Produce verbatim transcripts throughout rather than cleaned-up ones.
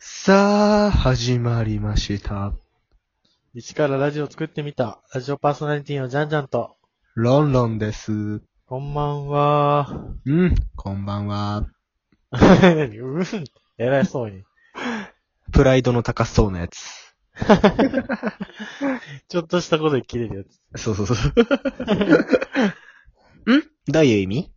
さあ、始まりました。 一からラジオ作ってみた。ラジオパーソナリティのジャンジャンと。 ロンロンです。 こんばんは。 うん、こんばんは。 何うん。偉いそうに。 プライドの高そうなやつ。 ちょっとしたことで切れるやつ。 そうそうそう。んどういう意味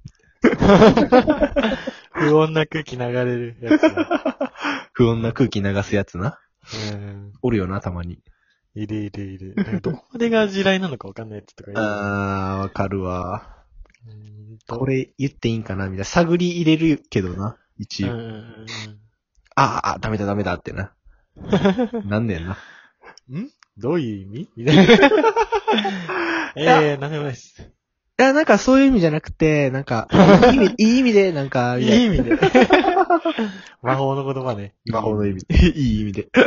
不穏な空気流れるやつな。 不穏な空気流すやつな。 うん。 おるよな、たまに。 いるいるいる。なんかどこまでが地雷なのかわかんないやつとかいる。 あー、わかるわ。 うーんとこれ言っていいんかなみたいな。探り入れるけどな、一応。 うんうんうんあーあー、ダメだダメだってな。なんねんな。 うん。んどういう意味みたいな。ええー、なんでもないっす。 いや、なんかそういう意味じゃなくて、なんか、いい意味、いい意味で、なんか、 いい意味で。魔法の言葉ね。 魔法の意味。いい意味で。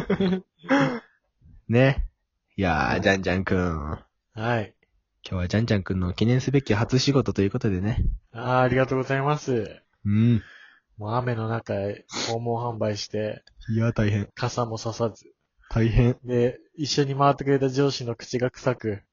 ね。いやー、ジャンジャンくん。 はい。 今日はジャンジャンくんの記念すべき初仕事ということでね。 あー、ありがとうございます。 うん。 もう雨の中へ訪問販売して、 いや、大変。 傘もささず。 大変。 で、一緒に回ってくれた上司の口が臭く。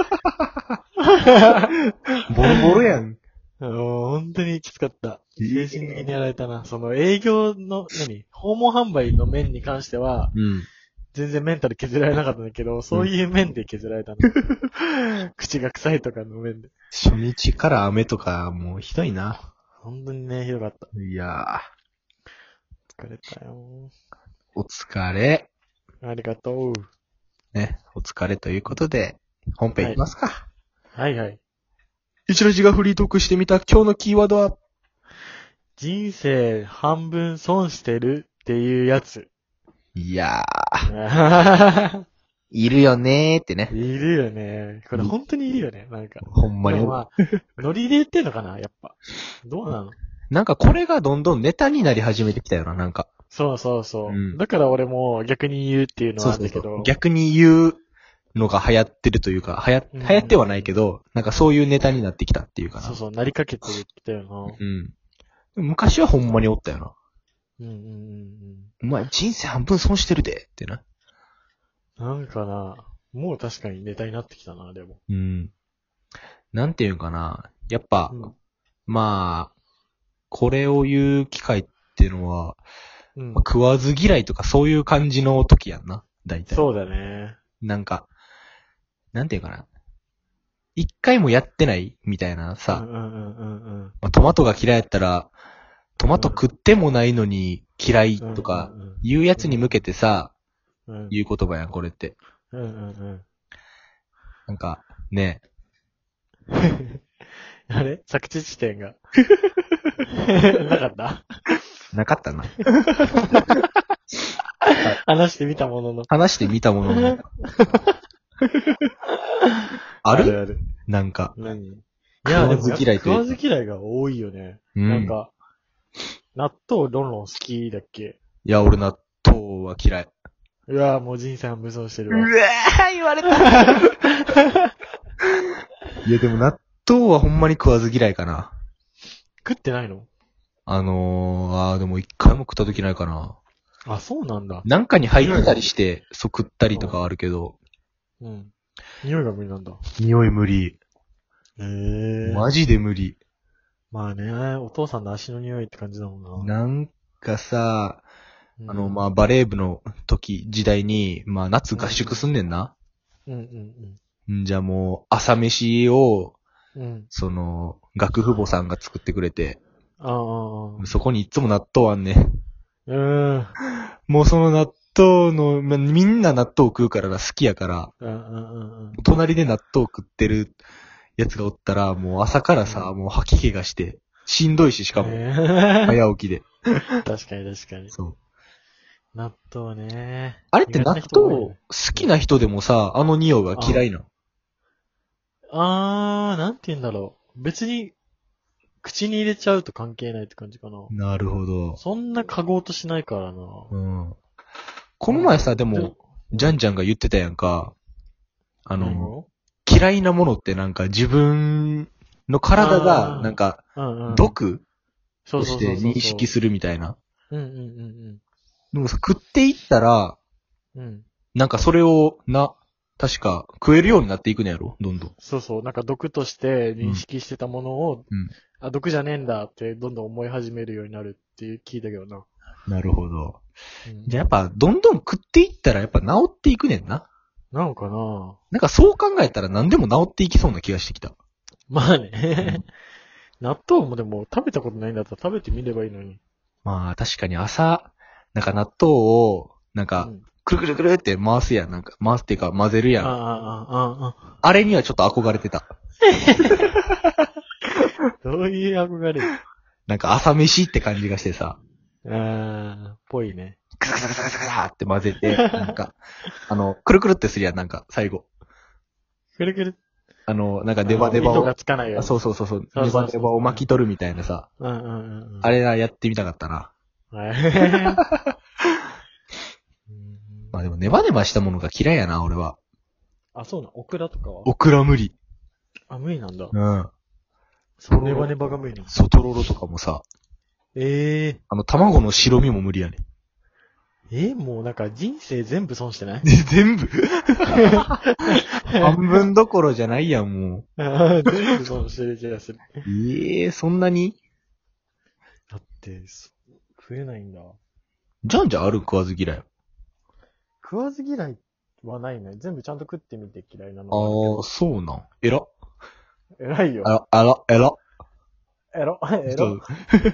ボロボロやん。 もう本当にきつかった。 えー精神的にやられたな。その営業の、何訪問販売の面に関しては、 うん。 全然メンタル削られなかったんだけど、そういう面で削られたの。口が臭いとかの面で。 初日から雨とか、もうひどいな。 本当にね、ひどかった。 いや疲れたよ。 ー、お疲れ。 ありがとう。 ね、お疲れということで、本編いきますか。 はいはい。 一ラジがフリートークしてみた今日のキーワードは、 人生半分損してるっていうやつ。 いやー、いるよねーってね。 いるよね。これ本当にいるよね。なんか。 ほんまにでも。まあ、ノリで言ってんのかなやっぱ。どうなのなんかこれがどんどんネタになり始めてきたよな、なんか。 そうそうそう。 うんだから俺も逆に言うっていうのはあるんだけど。 そうそうそう。逆に言うのが流行ってるというか、流行、 うん流行ってはないけど、なんかそういうネタになってきたっていうかな。 そうそう、なりかけてるってよな。 うん。昔はほんまにおったよな。 うんうんうんお前人生半分損してるでってな。 うん。なんかな、もう確かにネタになってきたな、でも。 うん。なんていうんかな。やっぱ、 うん。 まあ、これを言う機会っていうのは、 うんまあ、食わず嫌いとかそういう感じの時やんな。大体。 そうだね。 なんか、なんていうかな。一回もやってないみたいなさ、 うんうんうんうんまあ、トマトが嫌いやったら、トマト食ってもないのに嫌いとかうんうんうん言うやつに向けてさ、 うん。うん言う言葉やん、これって。 うんうんなんか、ね。 うん。あれ着地地点が。なかったなかったな。 話してみたものの。 話してみたものの。あるあるある。 なんか。 何い食や、でもわず嫌いというか食わず嫌いが多いよね。 うん。 なんか、納豆ロンロン好きだっけいや、俺納豆は嫌い。 うわもう人生半分損してるうわわ。 ー言われたいや、でも納豆はほんまに食わず嫌いかな。 食ってないのあのー、あーでも一回も食った時ないかな。 あ、そうなんだ。 なんかに入ってたりして、そう食ったりとかはあるけど、 うん。匂いが無理なんだ。 匂い無理。 へえ。 マジで無理。 まあね、お父さんの足の匂いって感じだもんな。 なんかさ、 うんあの、まあ、バレー部の時、時代に、まあ、夏合宿すんねんな。 うんうんんじゃあもう、朝飯を、 うん。うん。 その、学父母さんが作ってくれて、 ああ、ああ。 そこにいつも納豆あんねん。 うーん。 もうその納豆の、まみんな納豆食うからな、好きやから、 うんうんうんうん。 隣で納豆食ってるやつがおったら、もう朝からさ、 うんもう吐き気がして、しんどいし、しかも、 へえ早起きで。 確かに確かに。 そう。 納豆ね。 あれって納苦手な人多い豆、 よね好きな人でもさ、あの匂いが嫌いなの。 あー、なんて言うんだろう。別に、口に入れちゃうと関係ないって感じかな。 なるほど。 そんな嗅ごうとしないからな。 うん。この前さ、でも、ジャンジャンが言ってたやんか。ああの、嫌いなものってなんか自分の体が、なんか、 うんうん。 毒そうとしてそうそうそう認識するみたいな。 うんうんうんでもさ、食っていったら、 うん。 なんかそれを、な、確か食えるようになっていくねやろどんどん。 そうそう。なんか毒として認識してたものを、 うん。 あ、毒じゃねえんだってどんどん思い始めるようになるって聞いたけどな。 なるほど。 うん、 じゃあやっぱ、どんどん食っていったらやっぱ治っていくねんな。 なのかな。 なんかそう考えたら何でも治っていきそうな気がしてきた。 まあね。納豆もでも食べたことないんだったら食べてみればいいのに。 まあ確かに朝、なんか納豆を、なんか、 うん、 くるくるくるって回すやん。なんか、回すっていうか混ぜるやん。あああ、ああ、ああ。 れにはちょっと憧れてた。 どういう憧れなんか朝飯って感じがしてさ、 ああ、ぽいね。 クサクサクサクサクサって混ぜて、なんか、あの、くるくるってするやん、なんか、最後。 くるくる。 あの、なんかネバネバを糸が、つかないようあに。 そうそうそうそう、 そうそうそうネバネバを巻き取るみたいなさ、 うんうんうんうん。 あれはやってみたかったな。 はいうんまあでもネバネバしたものが嫌いやな、俺は。 あ、そうな。オクラとかはオクラ無理。 あ、無理なんだ。 うん。 そう、ネバネバが無理なんだ。 ソトロロとかもさ、 ええあの、卵の白身も無理やねん。 えもうなんか人生全部損してないで、全部半分どころじゃないやん、も全部損してる気がする。 う。ええー、そんなにだって、そ食えないんだ。 じゃんじゃんある食わず嫌い。 食わず嫌いはないね。全部ちゃんと食ってみて嫌いなのはあるけどああ、そうなん。えら。 偉いよ。 あら、あら、えら。 えろ、えろそう。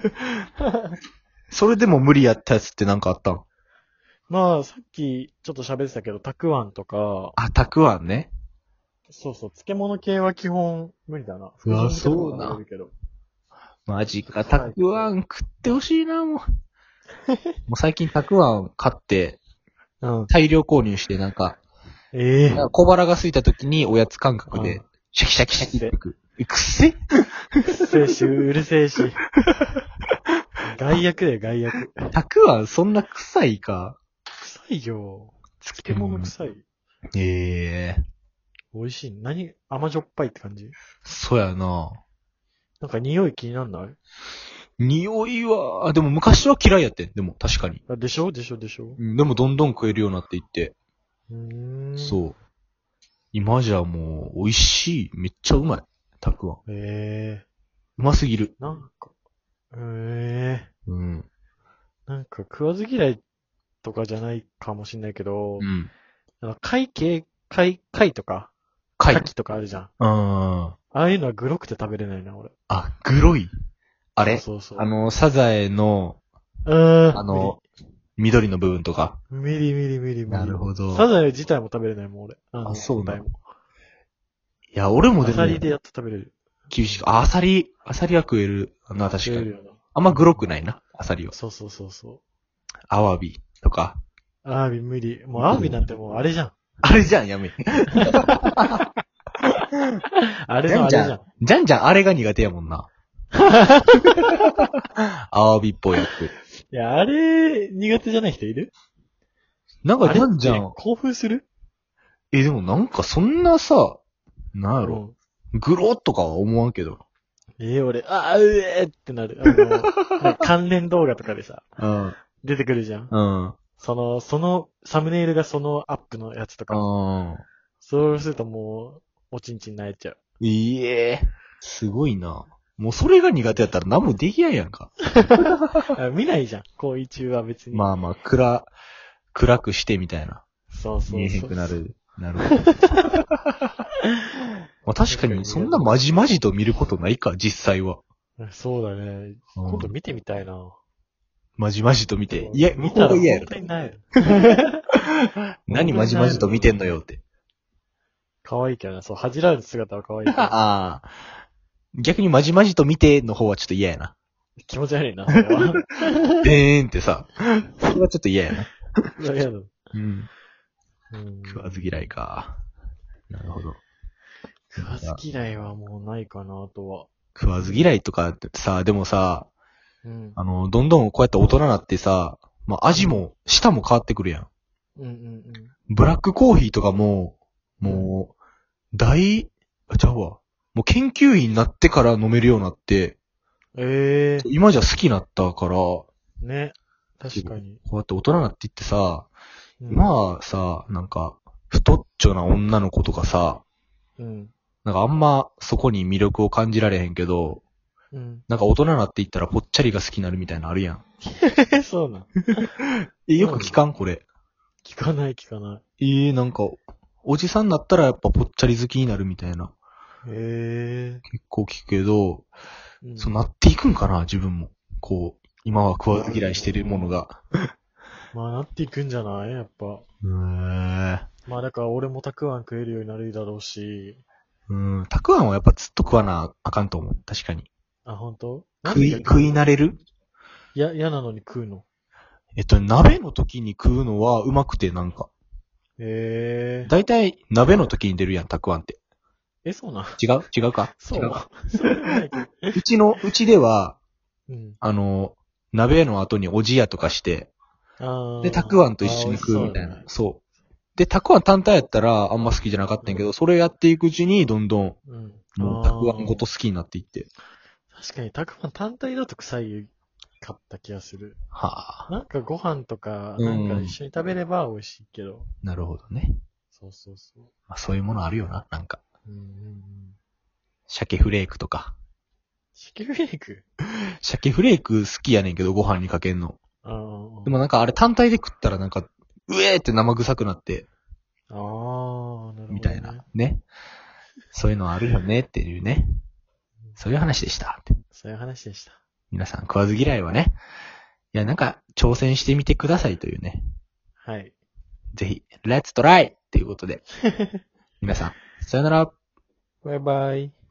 それでも無理やったやつってなんかあったん？ まあ、さっきちょっと喋ってたけど、たくあんとか、 あ、たくあんね。 そうそう、漬物系は基本無理だな。 うわ福神漬けとかそうなは食べるけど。 マジか、たくあん食ってほしいな、もう。もう最近たくあん買って、 うん。 大量購入して、なんか、 ええなんか小腹が空いた時におやつ感覚でうん、 シャキシャキシャキっていく。え、くっせくっせえし、うるせえし。害悪だよ、害悪。 たくあんそんな臭いか。 臭いよ。漬物臭い。 ええー、 美味しい。何甘じょっぱいって感じそうやな。 なんか匂い気になんない匂いは、あでも昔は嫌いやってん。でも確かに。 あでしょでしょでしょうんでもどんどん食えるようになっていって。 うーん。 そう。今じゃもう、美味しい。めっちゃうまい。たくあん。 ええうますぎる。 なんか、ええうん。 なんか食わず嫌いとかじゃないかもしんないけど、 うん。 あの貝系、貝、貝とか、 貝。 牡蠣とかあるじゃん。 うん。 ああいうのはグロくて食べれないな、俺。 あ、グロい。あれそうそうそう。 あの、サザエの、 うーん。 あの、緑の部分とか。 ミリミリミリミリ。 なるほどサザエ自体も食べれないもん、俺。のあそうなの本体もいや、俺もでも、 アサリでやっと食べれる。 厳しく、あ、アサリ、アサリは食える。な、確かに。 食えるよな。 あんまグロくないな、アサリは。 そうそうそうそう。 アワビとか。 アワビ無理。もうアワビなんてもうあれじゃん。 あれじゃん、やめ。 あれのあれじゃん。 じゃんじゃん、あれが苦手やもんな。アワビっぽいやつ。 いや、あれ、苦手じゃない人いるなんか、 あれじゃんじゃんって。興奮するえ、でもなんかそんなさ、なんやろ。 うんグロとかは思わんけど。 ええ俺、あー、うえーってなる。あの、なんか関連動画とかでさ、 うん。 出てくるじゃん。 うん。 その、その、サムネイルがそのアップのやつとか。 うん。 そうするともう、おちんちん泣いちゃう。 いいえ。すごいな。もうそれが苦手やったら何もできやんやんか。 あ見ないじゃん。行為中は別に。 まあまあ、暗、暗くしてみたいな。 そうそうそう。 見えへんくなる。なるほど。まあ確かに、そんなまじまじと見ることないか、実際は。 そうだね。 うん今度見てみたいな。 まじまじと見て。いや、見見たら本たら嫌やろ。 当にない。 何まじまじと見てんのよって。 可愛いけどな。そう、恥じらう姿は可愛いけど。 ああ。逆にまじまじと見ての方はちょっと嫌やな。 気持ち悪いな、それは。 でーんってさ。それはちょっと嫌やな。 うわ嫌だ。 うん。 うん食わず嫌いか。なるほど。 食わず嫌いはもうないかな、あとは。 食わず嫌いとかってさ、でもさ、 うん。 あの、どんどんこうやって大人になってさ、まあ味も、舌も変わってくるやん。 うんうんブラックコーヒーとかも、もう、大、あ、ちゃうわ。もう研究員になってから飲めるようになって、 うん。ええ今じゃ好きになったから、 ー。ね。 確かに。 こうやって大人になっていってさ、 うん、 今はさ、なんか、太っちょな女の子とかさ、 うん。 なんかあんまそこに魅力を感じられへんけど、 うん。 なんか大人になっていったらぽっちゃりが好きになるみたいなのあるやん。 え、そうなん。 え、よく聞かんこれ。 聞かない聞かない。 えー、なんか、おじさんになったらやっぱぽっちゃり好きになるみたいな。 へえ。 結構聞くけど、 うんそうなっていくんかな、自分も。こう、今は食わず嫌いしてるものが。 まあなっていくんじゃないやっぱ。 うーん。 まあだから俺もたくあん食えるようになるだろうし。 うん。たくあんはやっぱずっと食わなあかんと思う。確かに。 あ、本当？ 食い、食い慣れるいや、嫌なのに食うの。 えっと、鍋の時に食うのはうまくてなんか。 へえ。 だいたい鍋の時に出るやん、たくあんって。 え、そうなん？ 違う違うかそう違うか。 そうでもないけど。 うちの、うちでは、 うん。 あの、鍋の後におじやとかして、 ああ。 で、たくあんと一緒に食うみたいな。 あー美味しそうだねそう。で、たくあん単体やったらあんま好きじゃなかったんやけど、それやっていくうちにどんどん、 うん。 もうたくあんごと好きになっていって。 確かにたくあん単体だと臭いかった気がする。 はあ。 なんかご飯とか、 うんなんか一緒に食べれば美味しいけど。 なるほどね。 そうそうそう。 まあ、そういうものあるよな、なんか。 うんうんうん。 鮭フレークとか。 シキフレーク鮭フレーク好きやねんけど、ご飯にかけんの。 ああ。 でもなんかあれ単体で食ったらなんか、うえーって生臭くなって、 ああ、なるほど、ね。 みたいな。ね。そういうのあるよねっていうね。そういう話でした。 そういう話でした。 皆さん食わず嫌いはね。いや、なんか挑戦してみてくださいというね。 はい。 ぜひ、Let's try! っていうことで。皆さん、さよなら。 バイバイ。